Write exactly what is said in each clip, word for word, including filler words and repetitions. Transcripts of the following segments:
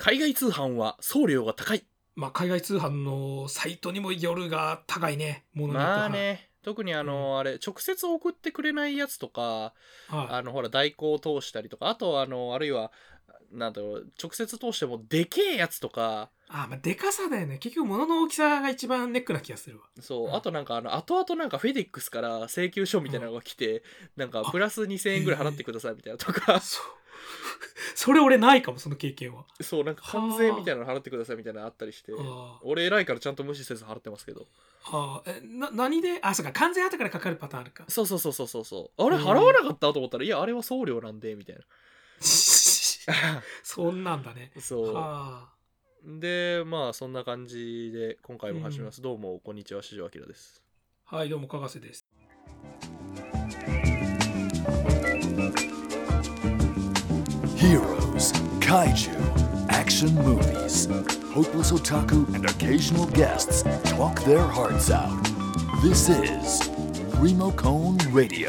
海外通販は送料が高い。 まあ海外通販のサイトにもよるが高いね。ものによってはまあね、特にあの、うん、あれ直接送ってくれないやつとか、はい、あのほら代行を通したりとか、あとあのあるいはなんだろう、直接通してもでけえやつとか。 ああ、まあでかさだよね。結局物の大きさが一番ネックな気がするわ。 そう、 うん、 あとなんかあの後々なんかフェデックスから請求書みたいなのが来て、うん、なんかプラスにせんえんぐらい払ってくださいみたいなとか。 そうそれ俺ないかも、その経験は。 そう、なんか関税みたいなの払ってくださいみたいなのあったりして、俺偉いからちゃんと無視せず払ってますけど。 ああ、え、な、何で、あ、そうか、関税後からかかるパターンあるか。 そうそうそうそうそう。あれ払わなかったと思ったら、いや、あれは送料なんで、みたいな。 そんなんだね。 そう。はあ、で、まあ、そんな感じで、今回も始めます。うん、どうも、こんにちは、四条明です。 はい、どうも、かがせです。 Heroes, Kaiju, Action Movies. Hopeless otaku and occasional guests talk their hearts out. This is Remocone Radio.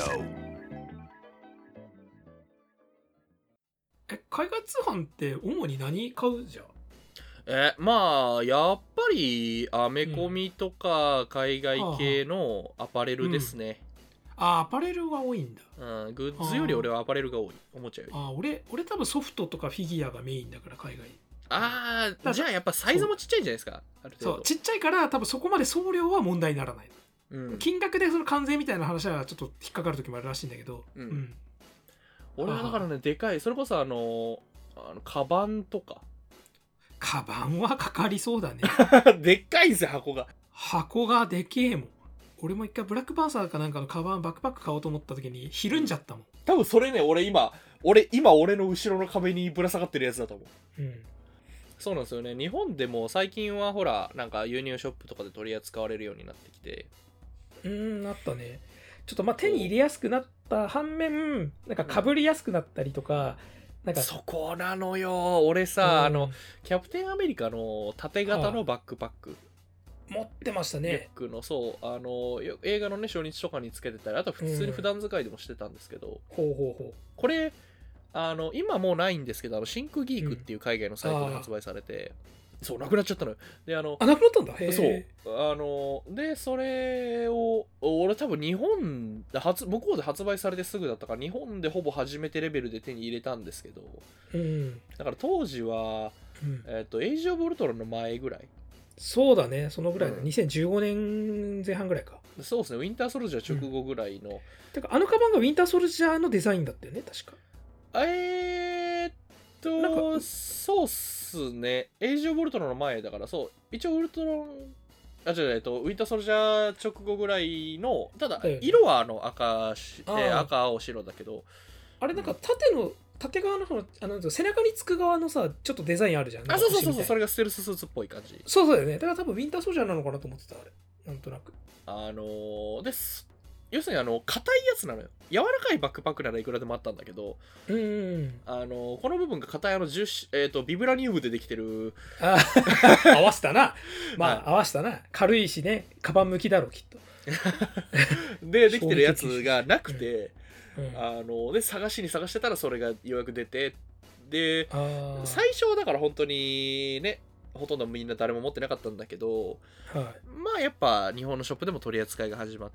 え、海外通販って主に何買うじゃん？ え、まあやっぱりアメコミとか海外系のアパレルですね。 うん、ああ、アパレルが多いんだ。 うん、グッズより俺はアパレルが多い、おもちゃより。 ああ、俺俺多分ソフトとかフィギュアがメインだから海外。 ああ、じゃあやっぱサイズもちっちゃいんじゃないですか。ある程度。 そう、ちっちゃいから多分そこまで送料は問題にならない。うん、金額でその関税みたいな話はちょっと引っかかる時もあるらしいんだけど。うん。うん、 俺はだからね、でかい、それこそあのあのカバンとか。 カバンはかかりそうだね。 でっかいんですよ、箱が。 箱がでけえもん。俺も一回ブラックパンサーかなんかのカバンバックパック買おうと思った時にひるんじゃったもん。 多分それね、俺今俺今俺の後ろの壁にぶら下がってるやつだと思う。うん。そうなんですよね。日本でも最近はほらなんか輸入ショップとかで取り扱われるようになってきて。 うーん、なったね。ちょっとまあ手に入れやすくなった反面、なんか被りやすくなったりとか。なんかそこなのよ。俺さ、うん、あのキャプテンアメリカの縦型のバックパック、はあ、持ってましたね。 リュックのそうあの映画のね初日とかにつけてたり、あと普通に普段使いでもしてたんですけど、 うん、ほうほうほう。 これあの今もうないんですけど、あのシンクギークっていう海外のサイトで発売されて、うん、そうなくなっちゃったのよ。であのあなくなったんだ。へそうあのでそれを俺多分日本で発向こうで発売されてすぐだったから日本でほぼ初めてレベルで手に入れたんですけど、うん、だから当時は、うんえー、とエイジ・オブ・ウルトロンの前ぐらい。 そうだね、そのぐらいだ、うん、にせんじゅうごねんぜん半ぐらいか。 そうですね、ウィンターソルジャー直後ぐらいの、うん、 てかあのカバンがウィンターソルジャーのデザインだったよね確か。 えーっとなんかそうっすね、エイジ・オブ・ウルトロンの前だから、そう一応ウルトロンあ違うえっとウィンターソルジャー直後ぐらいの、ただ色はあの赤し、えー、赤青白だけど、 あれなんか縦の縦側の方のあの背中につく側のさちょっとデザインあるじゃん。 あそうそうそうそう、それがステルススーツっぽい感じ。 そうそうだよね。だから多分ウィンターソルジャーなのかなと思ってたあれ、なんとなく。 あのー、です要するにあの硬いやつなのよ。柔らかいバックパックならいくらでもあったんだけど、 うんうんあのー、この部分が硬いあの樹脂、えーとビブラニウムでできてるあ合わせたなまあ、はい、合わせたな。軽いしね、カバン向きだろうきっとでできてるやつがなくて、うんうん、あので探しに探してたらそれがようやく出て、で最初はだから本当にねほとんどみんな誰も持ってなかったんだけど、はい、まあやっぱ日本のショップでも取り扱いが始まって、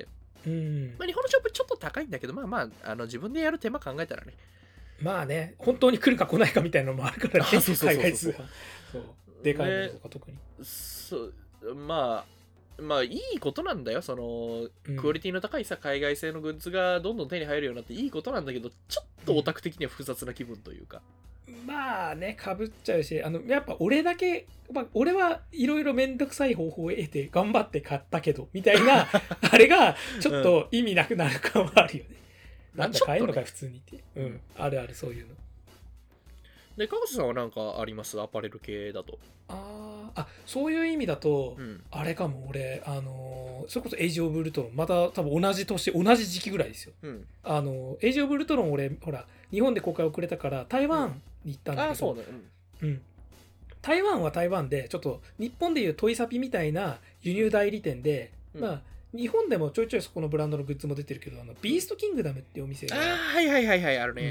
うんまあ、日本のショップちょっと高いんだけど、まあまああの自分でやる手間考えたらね、 まあね本当に来るか来ないかみたいなのもあるからね。海外通販そうでかいものとか特にそうまあまあいいことなんだよ、その、うん、クオリティの高いさ海外製のグッズがどんどん手に入るようになっていいことなんだけど、ちょっとオタク的には複雑な気分というか、 うん、まあねかぶっちゃうし、あのやっぱ俺だけ、まあ、俺はいろいろめんどくさい方法を得て頑張って買ったけどみたいなあれがちょっと意味なくなる感はあるよね、うん、なんだ買えるのか、ね、普通にって、うん、あるあるそういうので。かかせさんは何かあります？アパレル系だと。 ああそういう意味だと、うん、あれかも俺あのー、それこそエイジ・オブ・ウルトロンまた多分同じ年同じ時期ぐらいですよ、うん、あのエイジ・オブ・ウルトロン俺ほら日本で公開遅れたから台湾に行ったんだけど、うん、あそうね、うん、うん、台湾は台湾でちょっと日本でいうトイサピみたいな輸入代理店で、うん、まあ日本でもちょいちょいそこのブランドのグッズも出てるけど、あのビーストキングダムっていうお店が、 あはいはいはいはいあるね、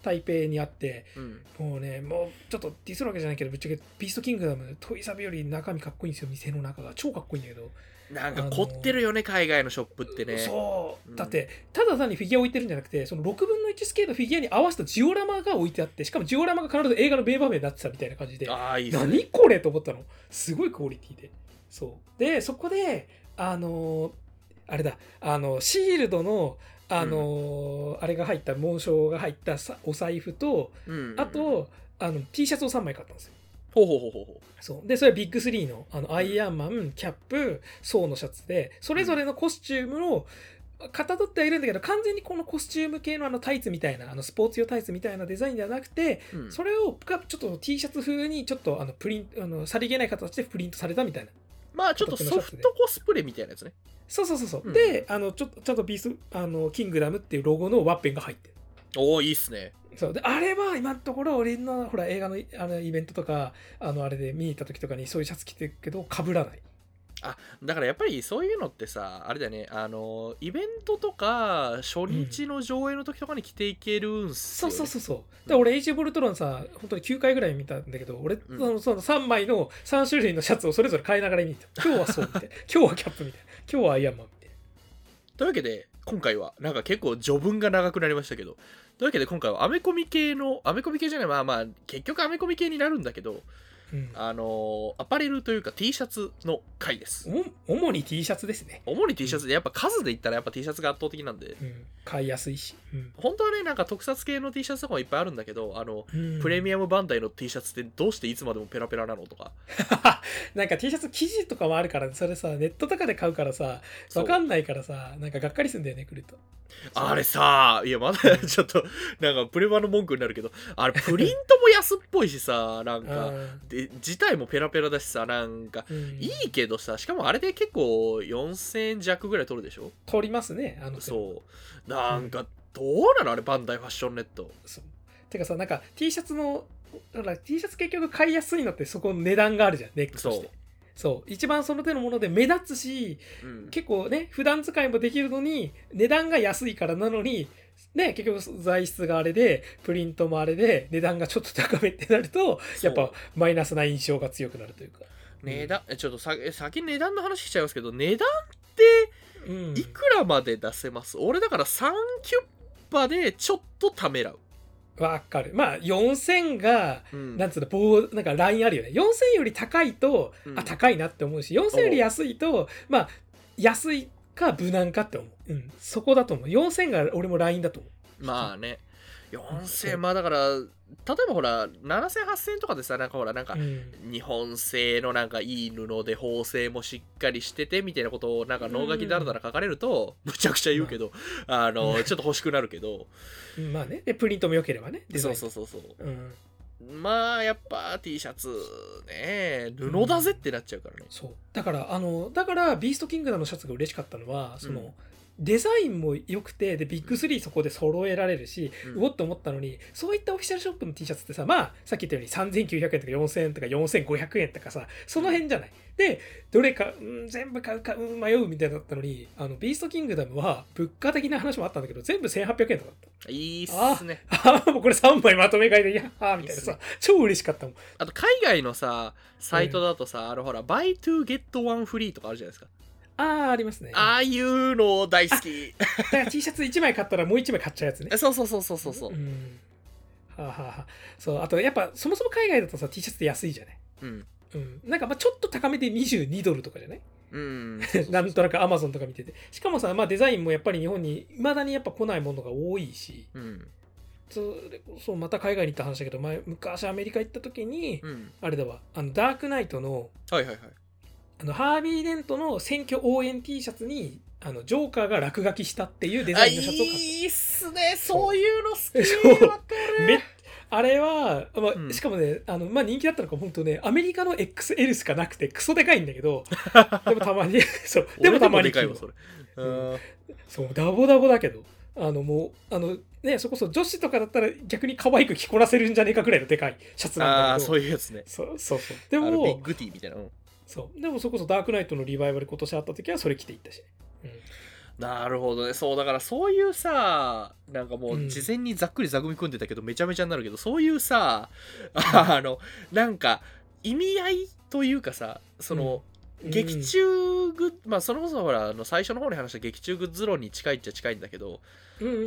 台北にあって、 うん、 もうねもうちょっとディスるわけじゃないけどぶっちゃけビーストキングダムトイサビより中身かっこいいんですよ。店の中が超かっこいいんだけどなんか凝ってるよね、海外のショップってね。 そう、だってただ単にフィギュア置いてるんじゃなくてそのろくぶんのいちスケールフィギュアに合わせたジオラマが置いてあって、しかもジオラマが必ず映画の名場面になってたみたいな感じで、 あいいですね、 何これと思ったの。すごいクオリティで。そうでそこであのあれだあのシールドのあのーうん、あれが入った紋章が入ったお財布と、うんうんうん、あとあの T シャツをさんまい買ったんですよ。 ほうほうほうほう。 そうでそれはビッグスリー の, あのアイアンマンキャップソーのシャツでそれぞれのコスチュームをかたどってはいるんだけど、完全にこのコスチューム系のあのタイツみたいなあのスポーツ用タイツみたいなデザインではなくて、うん、それをちょっと T シャツ風にちょっとあのプリンあのさりげない形でプリントされたみたいな。 まあちょっとソフトコスプレみたいなやつね。 そうそうそうそう、うん、であのちょっとちゃんとビースあのキングダムっていうロゴのワッペンが入ってる。 おおいいっすね。 そうであれは今のところ俺のほら映画のあのイベントとかあのあれで見に行った時とかにそういうシャツ着てるけど被らない。 あだからやっぱりそういうのってさあれだよね、あのイベントとか初日の上映の時とかに着ていけるんすよ、ね、 そうそうそうそう。で俺エイジ・オブ・ウルトロンさ本当にきゅうかいぐらい見たんだけど俺、うん、そのそのさんまいのさん種類のシャツをそれぞれ買いながら見に行った。今日はそうみたいな今日はキャップみたいな今日はアイアンマンみたいな。 というわけで今回はなんか結構序文が長くなりましたけど、というわけで今回はアメコミ系のアメコミ系じゃないまあまあ結局アメコミ系になるんだけど、うん、あのアパレルというか T シャツの回です。 主に T シャツですね。 主に T シャツでやっぱ数で言ったらやっぱ T シャツが圧倒的なんで、 うん、買いやすいし、うん、 本当はねなんか特撮系の T シャツとかもいっぱいあるんだけど、あの、うん、プレミアムバンダイの T シャツってどうしていつまでもペラペラなのとかなんか T シャツ生地とかもあるからそれさネットとかで買うからさ分かんないからさなんかがっかりするんだよね来ると。 あれさいやまだちょっとなんかプレバの文句になるけどあれプリントも安っぽいしさなんかで自体もペラペラだしさなんかいいけどさ、しかもあれで結構よんせんえん弱ぐらい取るでしょ。 取りますねあの。 そうなんかどうなのあれバンダイファッションネット。 そうてかさなんか T シャツのだから T シャツ結局買いやすいのってそこの値段があるじゃんネックとして。そうそう一番その手のもので目立つし、うん、結構ね普段使いもできるのに値段が安いからなのにね結局材質があれでプリントもあれで値段がちょっと高めってなるとやっぱマイナスな印象が強くなるというか。 値段、うん、ちょっとさ先に値段の話しちゃいますけど値段っていくらまで出せます、うん、俺だからさんキュッパでちょっとためらう。 わかる。まあよんせんが、うん、なんつうの棒なんかラインあるよね。よんせんより高いと、うん、あ高いなって思うしよんせんより安いとまあ安いか無難かって思う、うん、そこだと思う。よんせんが俺もラインだと思う。 まあねよんせんまあだから例えばほらななせんはっせんとかでさなんかほらなんか日本製のなんかいい布で縫製もしっかりしててみたいなことをなんか能書きだらだら書かれるとむちゃくちゃ言うけど、まあ、あのちょっと欲しくなるけどまあねでプリントも良ければねそうそうそうそう、うん、まあやっぱ T シャツね布だぜってなっちゃうからね、うん、 そうだからあのだからビーストキングダムのシャツが嬉しかったのはその、うんデザインも良くてでビッグスリーそこで揃えられるし、うん、うおっと思ったのにそういったオフィシャルショップの T シャツってさまあさっき言ったようにさんぜんきゅうひゃくえんとかよんせんえんとかよんせんごひゃくえんとかさその辺じゃない。でどれか、うん、全部買うか、うん、迷うみたいだったのにあのビーストキングダムは物価的な話もあったんだけど全部せんはっぴゃくえんとかだった。 いいっすね。 ああもうこれさんまいまとめ買いでやっはーみたいなさいい、ね、超嬉しかったもん。 あと海外のさサイトだとさ、うん、あのほらバイトゥーゲットワンフリーとかあるじゃないですか。 ああありますね。 ああいうの大好き。 だから T シャツいちまい買ったらもういちまい買っちゃうやつね。 そうそうそうそうそうそう。 うんはあ、はあ、そうあとやっぱそもそも海外だとさ T シャツって安いじゃない。うんうん、なんかまあちょっと高めでにじゅうにドルとかじゃない。うんなんとなく Amazon とか見ててしかもさ、まあ、デザインもやっぱり日本に未だにやっぱ来ないものが多いし、うん、それこそまた海外に行った話だけど前昔アメリカ行った時に、うん、あれだわあのダークナイトの、 はいはいはい、あのハービー・デントの選挙応援 T シャツにあのジョーカーが落書きしたっていうデザインのシャツを買った。 いいっすねそういうの好き。わかる。 あれは、まあうん、しかもねあの、まあ、人気だったのか本当ねアメリカの エックスエル しかなくてクソでかいんだけどでもたまにそうでもたまに着る。そうダボダボだけどあのもうあのねそこそ女子とかだったら逆に可愛く着こなせるんじゃねえかくらいのでかいシャツなんだけど。 ああそういうやつね。 そうそうそうでもビッグティーみたいな、うん、 そうでもそこそダークナイトのリバイバル今年あった時はそれ着ていったし、うん、 なるほどね。そうだからそういうさ、なんかもう事前にざっくり座組組んでたけど、うん、めちゃめちゃになるけど、そういうさ、あのなんか意味合いというかさ、その、うん、劇中グッ、まあそのこそほらあの最初の方に話した劇中グッズ論に近いっちゃ近いんだけど、 うんうん、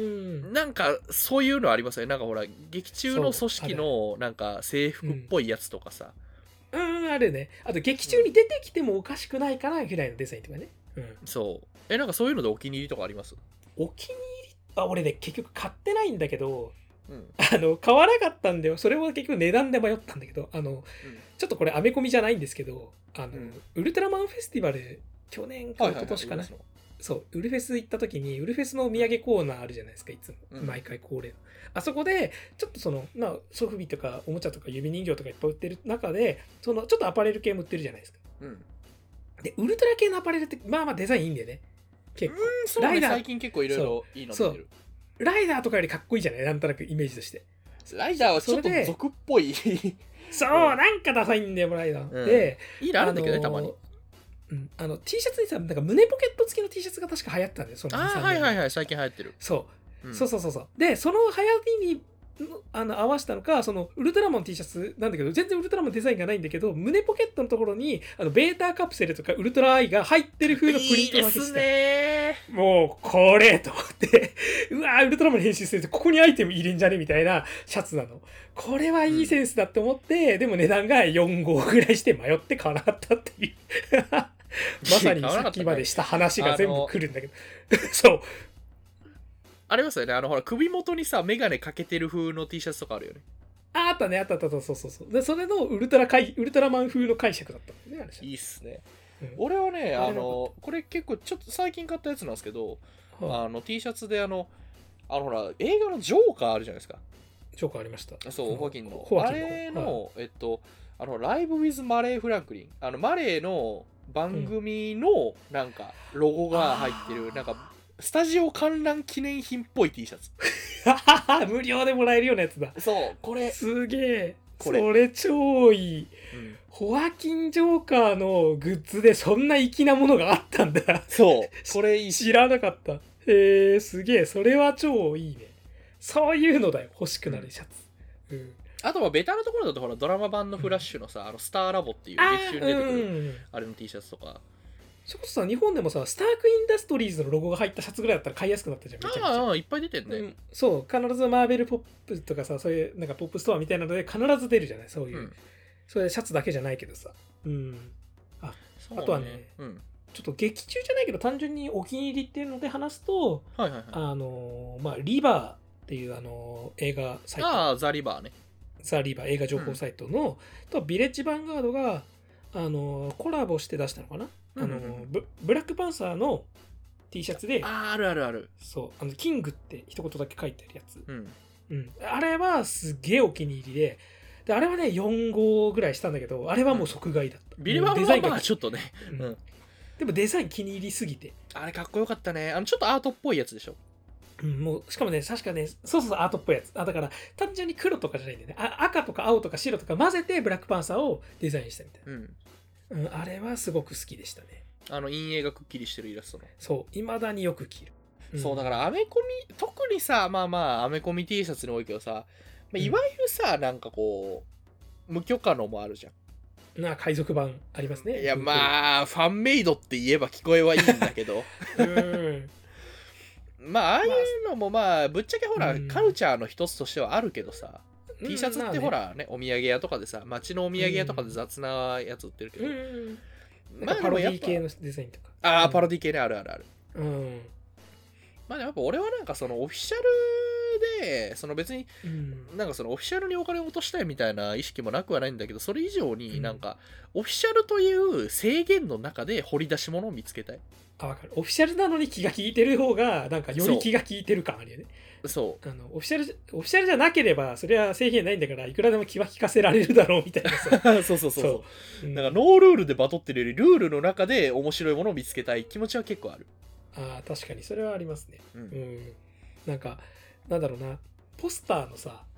なんかそういうのありますよね。なんかほら劇中の組織のなんか制服っぽいやつとかさ、 うん、うん、あるね。あと劇中に出てきてもおかしくないかなぐらいのデザインとかね。うん、 そうえなんかそういうのでお気に入りとかあります？ お気に入りあ俺ね結局買ってないんだけど、 うん、 あの買わなかったんだよ。それは結局値段で迷ったんだけど、あの、うん、ちょっとこれアメコミじゃないんですけど、あの、うん、ウルトラマンフェスティバル去年か一昨年かな、はいはいはい、そうウルフェス行った時にウルフェスのお土産コーナーあるじゃないですか、いつも、うん、毎回恒例のあそこでちょっとそのまあソフビとかおもちゃとか指人形とかいっぱい売ってる中でそのちょっとアパレル系も売ってるじゃないですか、うん、でウルトラ系のアパレルってまあまあデザインいいんだよね結構。 うんそうね、ライダー最近結構いろいろいいの見てる。 ライダーとかよりかっこいいじゃないなんとなくイメージとして。 ライダーはちょっと俗っぽいそう、うん、なんかダサいんだよライダー、うん、でいいのあるんだけどねたまに。 うん、あの T シャツにさなんか胸ポケット付きの T シャツが確か流行ったんだよその。 ああはいはいはい最近流行ってる。 そう、うん、そうそうそうそうでその流行りにあの合わせたのかそのウルトラマン T シャツなんだけど全然ウルトラマンデザインがないんだけど胸ポケットのところにあのベータカプセルとかウルトラアイが入ってる風のプリントだけしていいですね。もうこれと思ってうわーウルトラマンに変身するとここにアイテム入れんじゃねみたいなシャツなの。これはいいセンスだって思って、うん、でも値段がよんごうぐらいして迷って買わなかったっていうまさにさっきまでした話が全部来るんだけどそうありますよね。あのほら首元にさメガネかけてる風の T シャツとかあるよね。 ああったねあったあったそうそうそうでそれのウルトラかいウルトラマン風の解釈だったんだね。 いいっすね、うん、俺はねあのこれ結構ちょっと最近買ったやつなんですけど、はあ、あの T シャツであのあのほら映画のジョーカーあるじゃないですか。 ジョーカーありました。 そうホアキンのあれの、はい、えっとあのライブウィズマレー・フランクリンあのマレーの番組のなんかロゴが入ってる、うん、なんかスタジオ観覧記念品っぽい T シャツ無料でもらえるようなやつだ。 そうこれすげえこれそれ超いい、うん、ホアキンジョーカーのグッズでそんな粋なものがあったんだ。 そうこれいい知らなかった。へえすげえそれは超いいね。そういうのだよ欲しくなるシャツ、うんうん、 あとはベタなところだとほらドラマ版のフラッシュのさ、うん、あのスターラボっていう劇中に出てくる あ,、うん、あれの T シャツとかそこそさ日本でもさスタークインダストリーズのロゴが入ったシャツぐらいだったら買いやすくなったじゃん。めちゃくちゃああいっぱい出てんね、うん、 そう必ずマーベルポップとかさそういうなんかポップストアみたいなので必ず出るじゃないそういう、うん、それシャツだけじゃないけどさうんあ、ね、あとはね、うん、ちょっと劇中じゃないけど単純にお気に入りっていうので話すと、はいはいはい、あのまあリバーっていうあの映画サイトああザリバーねザリバー映画情報サイトの、うん、とビレッジヴァンガードがあのコラボして出したのかなあの、うんうん、ブ, ブラックパンサーの T シャツでああるあるあるそうあのキングって一言だけ書いてあるやつ、うんうん、あれはすげえお気に入りでであれはねよんごうぐらいしたんだけどあれはもう即買いだった、 うん、ビレバンはまあちょっとね、 うんうん、でもデザイン気に入りすぎてあれかっこよかったねあのちょっとアートっぽいやつでしょ。 うん、もうしかもね確かねそうそうそうアートっぽいやつあだから単純に黒とかじゃないんだよねあ赤とか青とか白とか混ぜてブラックパンサーをデザインしたみたいな、うんうん、あれはすごく好きでしたね。あの陰影がくっきりしてるイラストのそう未だによく着る、 うん、そうだからアメコミ特にさまあまあアメコミ T シャツに多いけどさ、まあ、いわゆるさ、うん、なんかこう無許可のもあるじゃんな海賊版ありますね。 いやまあファンメイドって言えば聞こえはいいんだけどうんまあああいうのもまあぶっちゃけほら、うん、カルチャーの一つとしてはあるけどさ、うん、T シャツってほらねお土産屋とかでさ街のお土産屋とかで雑なやつ売ってるけど、うん、 まあパロディ系のデザインとかああ、うん、パロディ系ねあるあるある、 うん、 まあでもやっぱ俺はなんかそのオフィシャルでその別に、うん、なんかそのオフィシャルにお金を落としたいみたいな意識もなくはないんだけどそれ以上になんかオフィシャルという制限の中で掘り出し物を見つけたい。 あ分かるオフィシャルなのに気が利いてる方がなんかより気が利いてる感あるよね。 そうあのオフィシャルオフィシャルじゃなければそれは制限ないんだからいくらでも気は利かせられるだろうみたいなさそうそうそうそう、うん、なんかノールールでバトってるよりルールの中で面白いものを見つけたい気持ちは結構ある。 あ確かにそれはありますね、うんうん、なんかなんだろうなポスターのさ、うん、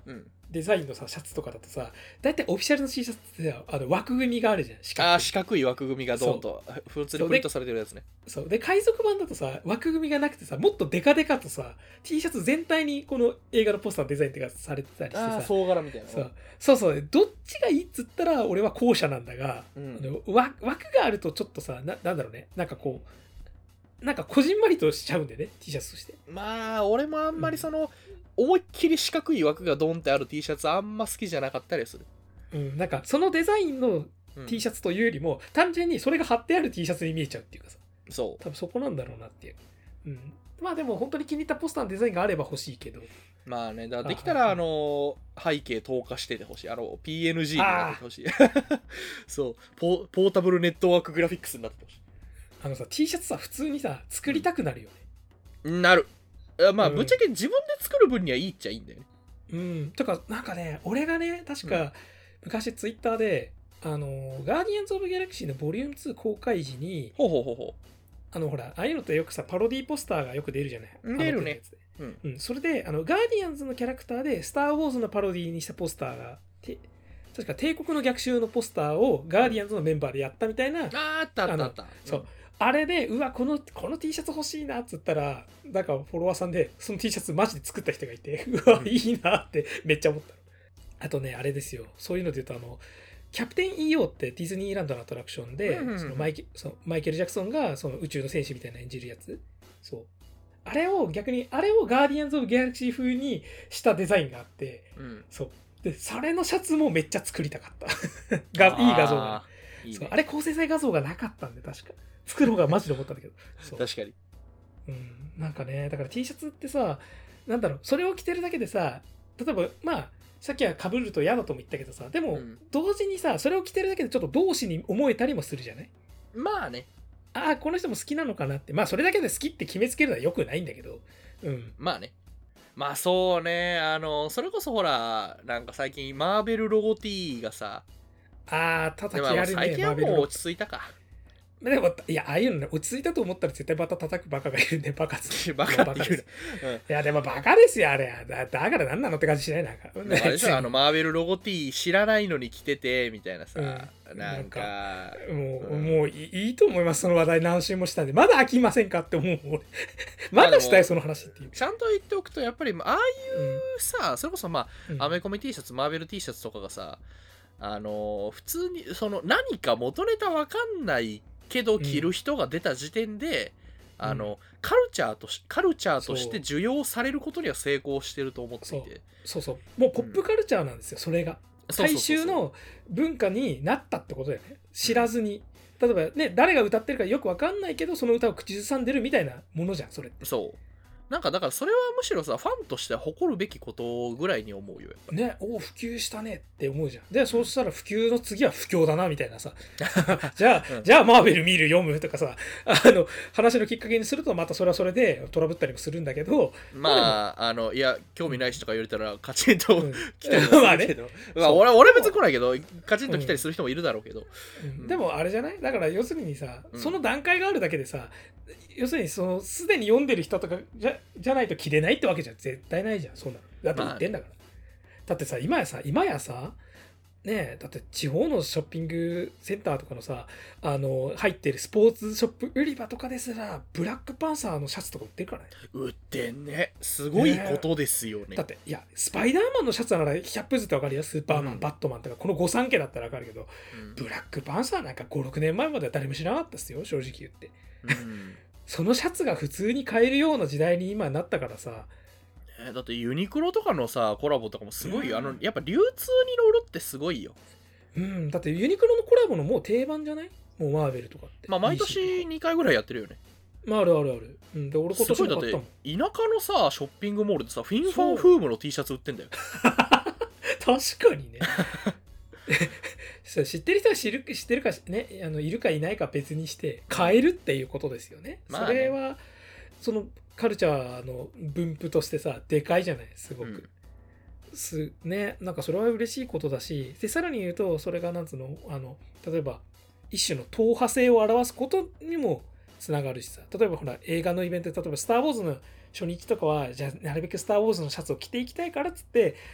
デザインのさシャツとかだとさ、だいたいオフィシャルの T シャツってさ、あの枠組みがあるじゃん。四角い。 あ四角い枠組みがドーンと普通にプリントされてるやつね。 そうで海賊版だとさ枠組みがなくてさ、もっとデカデカとさ T シャツ全体にこの映画のポスターのデザインってかされてたりしてさ、 あ総柄みたいな。 そうそうそうどっちがいいっつったら俺は後者なんだが、うん、あのわ枠があるとちょっとさ な, なんだろうねなんかこうなんかこじんまりとしちゃうんだよね T シャツとして。 まあ俺もあんまりその、うん思いっきり四角い枠がドンってある T シャツあんま好きじゃなかったりする。 うん、なんかそのデザインの T シャツというよりも、うん、単純にそれが貼ってある T シャツに見えちゃうっていうかさ。 そう。 多分そこなんだろうなっていう。うん。まあでも本当に気に入ったポスターのデザインがあれば欲しいけど。 まあね、だからできたらあの背景透過しててほしい。あの ピーエヌジー になってほしい。そうポ。ポータブルネットワークグラフィックスになってほしい。 あのさ T シャツさ普通にさ作りたくなるよね。なる。まあ、うん、ぶっちゃけ自分で作る分にはいいっちゃいいんだよね。 うん。とか、なんかね、俺がね、確か、昔ツイッターで、あの、ガーディアンズ・オブ・ギャラクシーのボリュームツー公開時に、 ほうほうほうほう。 あの、ほら、ああいうのってよくさ、パロディポスターがよく出るじゃない。 出るね。 うん。うん。それで、あの、ガーディアンズのキャラクターで、スター・ウォーズのパロディにしたポスターが、確か帝国の逆襲のポスターをガーディアンズのメンバーでやったみたいな。 ああ、あったあったあった。 そう。あれでうわこのこの T シャツ欲しいなっつったらなんかフォロワーさんでその T シャツマジで作った人がいてうわいいなってめっちゃ思った。あとねあれですよそういうので言うとあのキャプテン イーオー ってディズニーランドのアトラクションで、うんうん、そのマイケそのマイケル・ジャクソンがその宇宙の戦士みたいな演じるやつそうあれを逆にあれをガーディアンズ・オブ・ギャラクシー風にしたデザインがあって、うん、そうでそれのシャツもめっちゃ作りたかったがいい画像がいい、ね、そうあれ高精細画像がなかったんで確か作る方がマジで思ったんだけどそう確かに、 うん、なんかねだから T シャツってさなんだろうそれを着てるだけでさ例えばまあさっきは被ると嫌だとも言ったけどさでも、うん、同時にさそれを着てるだけでちょっと同志に思えたりもするじゃない。 まあねああこの人も好きなのかなってまあそれだけで好きって決めつけるのはよくないんだけどうんまあねまあそうねあのそれこそほらなんか最近マーベルロゴ T がさああ叩きあるね最近はもう落ち着いたかでもいやああいうのね落ち着いたと思ったら絶対また叩くバカがいるねバカつバカって言う、 うん、いやでもバカですよあれだだから何なのって感じしないなんかあれでしょあのマーベルロゴ T 知らないのに着ててみたいなさ、うん、なんかもう、うん、もういいと思いますその話題何週もしたんでまだ飽きませんかって思う俺まだしたいその話っていうちゃんと言っておくとやっぱりああいうさ、うん、それこそまあ、うん、アメコミ T シャツマーベル T シャツとかがさあの普通にその何か元ネタわかんないけど着る人が出た時点で、うん、あのカルチャーとしカルチャーとして受容されることには成功してると思っていてそうそうそうもうポップカルチャーなんですよ、うん、それが大衆の文化になったってことだよね知らずに例えばね誰が歌ってるかよくわかんないけどその歌を口ずさんでるみたいなものじゃんそれってそうなんかだからそれはむしろさファンとしては誇るべきことぐらいに思うよやっぱねお普及したねって思うじゃんでそうしたら普及の次は不況だなみたいなさじゃあ、うん、じゃあマーベル見る読むとかさあの話のきっかけにするとまたそれはそれでトラブったりもするんだけどまああのいや興味ないしとか言われたらカチンと、うん、来てるまあねまあ俺俺別に来ないけどカチンと来たりする人もいるだろうけど、 うんうん、でもあれじゃないだから要するにさ、うん、その段階があるだけでさ要するにそのすでに読んでる人とかじゃじゃないと着れないってわけじゃ絶対ないじゃんそんなのだって言ってんだから、まあ、だってさ今やさ今やさねえだって地方のショッピングセンターとかのさあの入ってるスポーツショップ売り場とかですらブラックパンサーのシャツとか売ってるからね売ってんねすごいことですよね、 ねだっていやスパイダーマンのシャツならひゃくプずつってわかるよスーパーマン、うん、バットマンとかこの御三家だったらわかるけど、うん、ブラックパンサーなんかごろくねんまえまでは誰も知らなかったっすよ正直言って、うんそのシャツが普通に買えるような時代に今なったからさ、 えー、だってユニクロとかのさコラボとかもすごいよ、うん、あのやっぱ流通に乗るってすごいようんだってユニクロのコラボのもう定番じゃないもうマーベルとかってまあ毎年にかいぐらいやってるよねまああるあるある、うん、で俺今年も買ったもんすごいだって田舎のさショッピングモールでさフィンファンフームの T シャツ売ってんだよ確かにねそう知ってる人は知る知ってるか、ね、あのいるかいないか別にして買えるっていうことですよね、まあね、それはそのカルチャーの分布としてさでかいじゃないすごく、うん、すねなんかそれは嬉しいことだしでさらに言うとそれがなんつうのあの例えば一種の党派性を表すことにもつながるしさ例えばほら映画のイベントで例えばスター・ウォーズの初日とかはじゃあなるべくスター・ウォーズのシャツを着ていきたいからっつって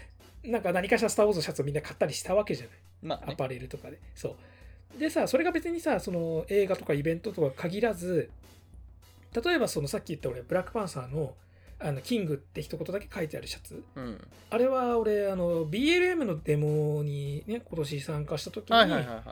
なんか何かしらスター・ウォーズのシャツをみんな買ったりしたわけじゃない、 まあね、 アパレルとかで。そうでさ、それが別にさ、その映画とかイベントとか限らず、例えばそのさっき言った俺ブラックパンサーのあのキングって一言だけ書いてあるシャツ、 うん、 あれは俺あの ビーエルエム のデモにね今年参加した時に、 はいはいはいはい、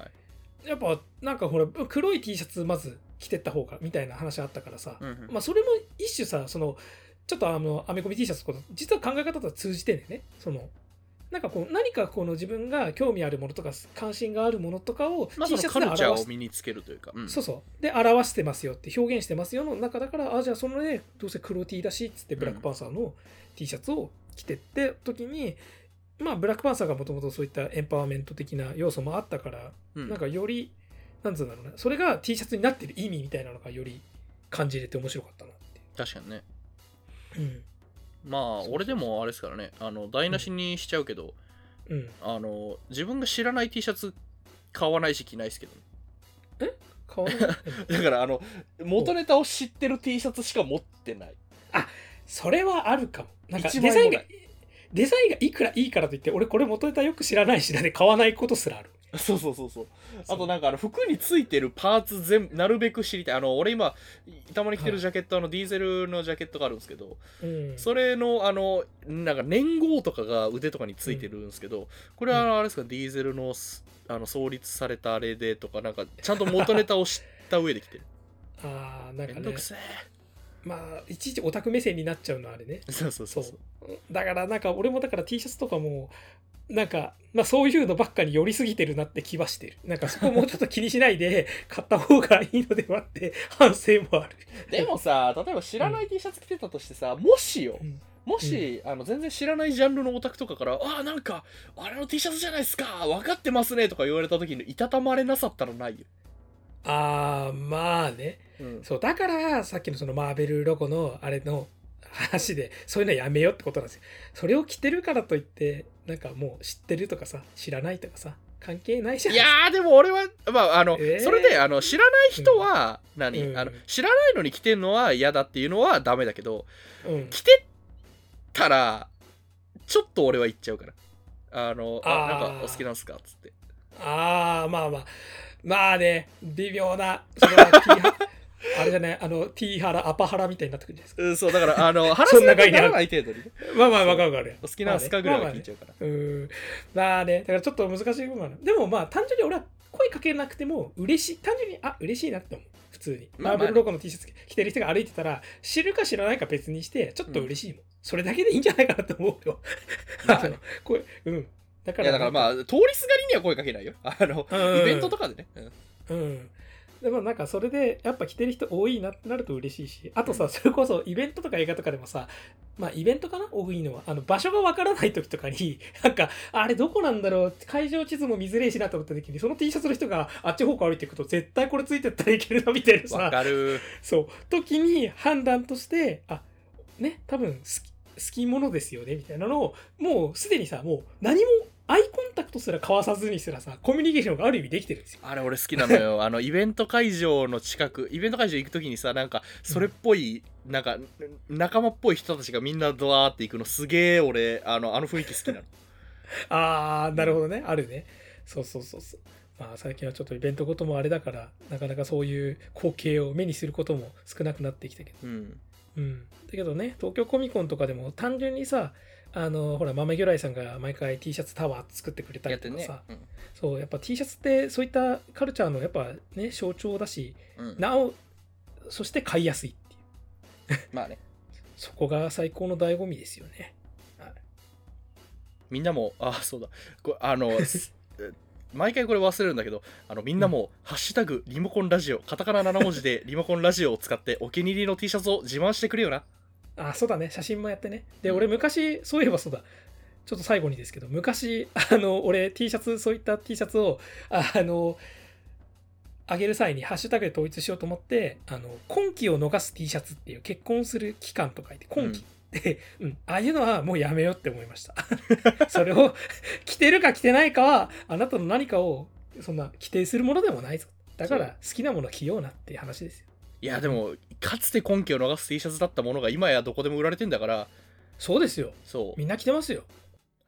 やっぱなんかほら黒い T シャツまず着てった方がみたいな話あったからさ、 うんうん、 まあそれも一種さ、そのちょっとあのアメコミ T シャツとか実は考え方とは通じてんだよね。そのなんかこう何かこの自分が興味あるものとか関心があるものとかを T シャツで表して、まあ、カルチャーを身につけるというか、うん、 そうそうで表してますよって表現してますよの中だから、あじゃあそのねどうせ黒 T だしっつってブラックパンサーの T シャツを着てって時に、まあブラックパンサーがもともとそういったエンパワーメント的な要素もあったから、うん、なんかよりなんつうんだろうね、それが T シャツになってる意味みたいなのがより感じれて面白かったなって。 確かにね。 うん。 まあ俺でもあれですからね、あの台無しにしちゃうけど、 うん、 あの自分が知らない T シャツ買わないし着ないですけど、 え買わないだからあの元ネタを知ってる T シャツしか持ってない。 あ、それはあるかも。なんかデザインがデザインがいくらいいからといって俺これ元ネタよく知らないし、で買わないことすらある。 そうそうそうそう。あとなんかあの服についてるパーツ全部なるべく知りたい。あの俺今たまに着てるジャケット、はい、あのディーゼルのジャケットがあるんですけど、うん、それのあのなんか年号とかが腕とかについてるんですけど、うん、これはあれですか、ディーゼルのあの創立されたあれでとかなんかちゃんと元ネタを知った上で着てる。 ああ、なんかね。 めんどくせえ。 まあいちいちオタク目線になっちゃうのあれね。 そうそうそうそう。 だからなんか俺もだから T シャツとかもなんか、まあ、そういうのばっかに寄りすぎてるなって気はしてる。なんかそこもうちょっと気にしないで買った方がいいのではって反省もある。 でもさ、例えば知らない T シャツ着てたとしてさ、うん、もしよ、うん、もし、うん、あの全然知らないジャンルのオタクとかから「ああなんかあれの T シャツじゃないですか分かってますね」とか言われた時にいたたまれなさったらないよ。 あーまあね、うん、そうだからさっきのそのマーベルロゴのあれの話でそういうのやめようってことなんですよ。それを着てるからといってなんかもう知ってるとかさ知らないとかさ関係ないじゃん。 いやーでも俺はまああの、えー、それであの知らない人は何、うん、あの知らないのに着てるのは嫌だっていうのはダメだけど、うん、着てたらちょっと俺は言っちゃうからあのあなんかお好きなんすかっつって。 ああまあまあまあね微妙なそれはあれじゃないあの T ハラアパハラみたいになってくるじゃないですか。 うん、そうだからあのハラスメントにならない程度にね。 まあまあわかるわかる。 お好きなんすかぐらいは聞いちゃうから。 まあね、うんまあねだからちょっと難しい部分もある。でもまあ単純に俺は声かけなくても嬉しい単純にあ嬉しいなって思う普通に。マーベルロゴの T シャツ着てる人が歩いてたら知るか知らないか別にしてちょっと嬉しいもん。うん、それだけでいいんじゃないかなと思うよ。まあね、これうんだからいやだからまあ通りすがりには声かけないよ。あの、うん、イベントとかでね。 うん。うんでもなんかそれでやっぱ着てる人多いなってなると嬉しいし、あとさそれこそイベントとか映画とかでもさ、まあイベントかな多いのはあの場所がわからない時とかになんかあれどこなんだろう会場地図も見づれえしなと思った時にその T シャツの人があっち方向歩いていくと絶対これついてったらいけるなみたいなさわかるそう時に判断としてあね多分好き好きものですよねみたいなのをもうすでにさもう何もアイコンタクトすら交わさずにすらさコミュニケーションがある意味できてるんですよ。 あれ俺好きなのよあのイベント会場の近くイベント会場行くときにさなんかそれっぽい、うん、なんか仲間っぽい人たちがみんなドワーって行くのすげえ俺あのあの雰囲気好きなのあーなるほどねあるねそうそうそうそうまあ最近はちょっとイベントごともあれだからなかなかそういう光景を目にすることも少なくなってきたけどうんうんだけどね東京コミコンとかでも単純にさあのほら豆魚雷さんが毎回 T シャツタワー作ってくれたりとかさ、ねうん、そうやっぱ T シャツってそういったカルチャーのやっぱね象徴だし、うん、なおそして買いやすいっていうまあねそこが最高の醍醐味ですよね、はい、 みんなもあそうだこあの毎回これ忘れるんだけどあのみんなも、うん、ハッシュタグリモコンラジオカタカナなな文字でリモコンラジオを使ってお気に入りの T シャツを自慢してくれよな。 あ、そうだね写真もやってね。で、うん、俺昔そういえばそうだちょっと最後にですけど昔あの俺 T シャツそういった T シャツをあのあげる際にハッシュタグで統一しようと思ってあの婚期を逃す T シャツっていう結婚する期間と書いて婚期って、うんうん、ああいうのはもうやめようって思いましたそれを着てるか着てないかはあなたの何かをそんな規定するものでもないぞ。だから好きなもの着ようなっていう話ですよ。 いやでもかつて婚期を逃す T シャツだったものが今やどこでも売られてんだから。 そうですよ。 そうみんな着てますよ。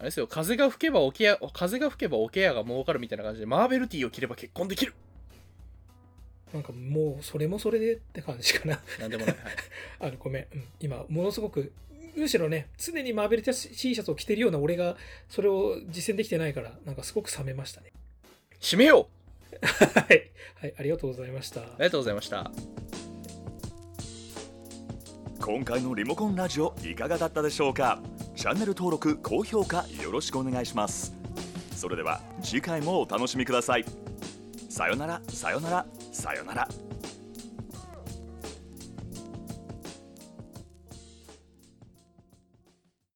あれですよ、風が吹けばオケア、風が吹けばオケアが儲かるみたいな感じで、マーベルティーを着れば結婚できる。 なんかもうそれもそれでって感じかな。 なんでもない。はい、 あのごめん、うん、今ものすごくむしろね、常にマーベルティー T シャツを着てるような俺がそれを実践できてないから、なんかすごく冷めましたね。 締めようはい、はい、ありがとうございました。ありがとうございました。 今回のリモコンラジオいかがだったでしょうか。チャンネル登録、高評価よろしくお願いします。それでは次回もお楽しみください。さよなら、さよなら、さよなら。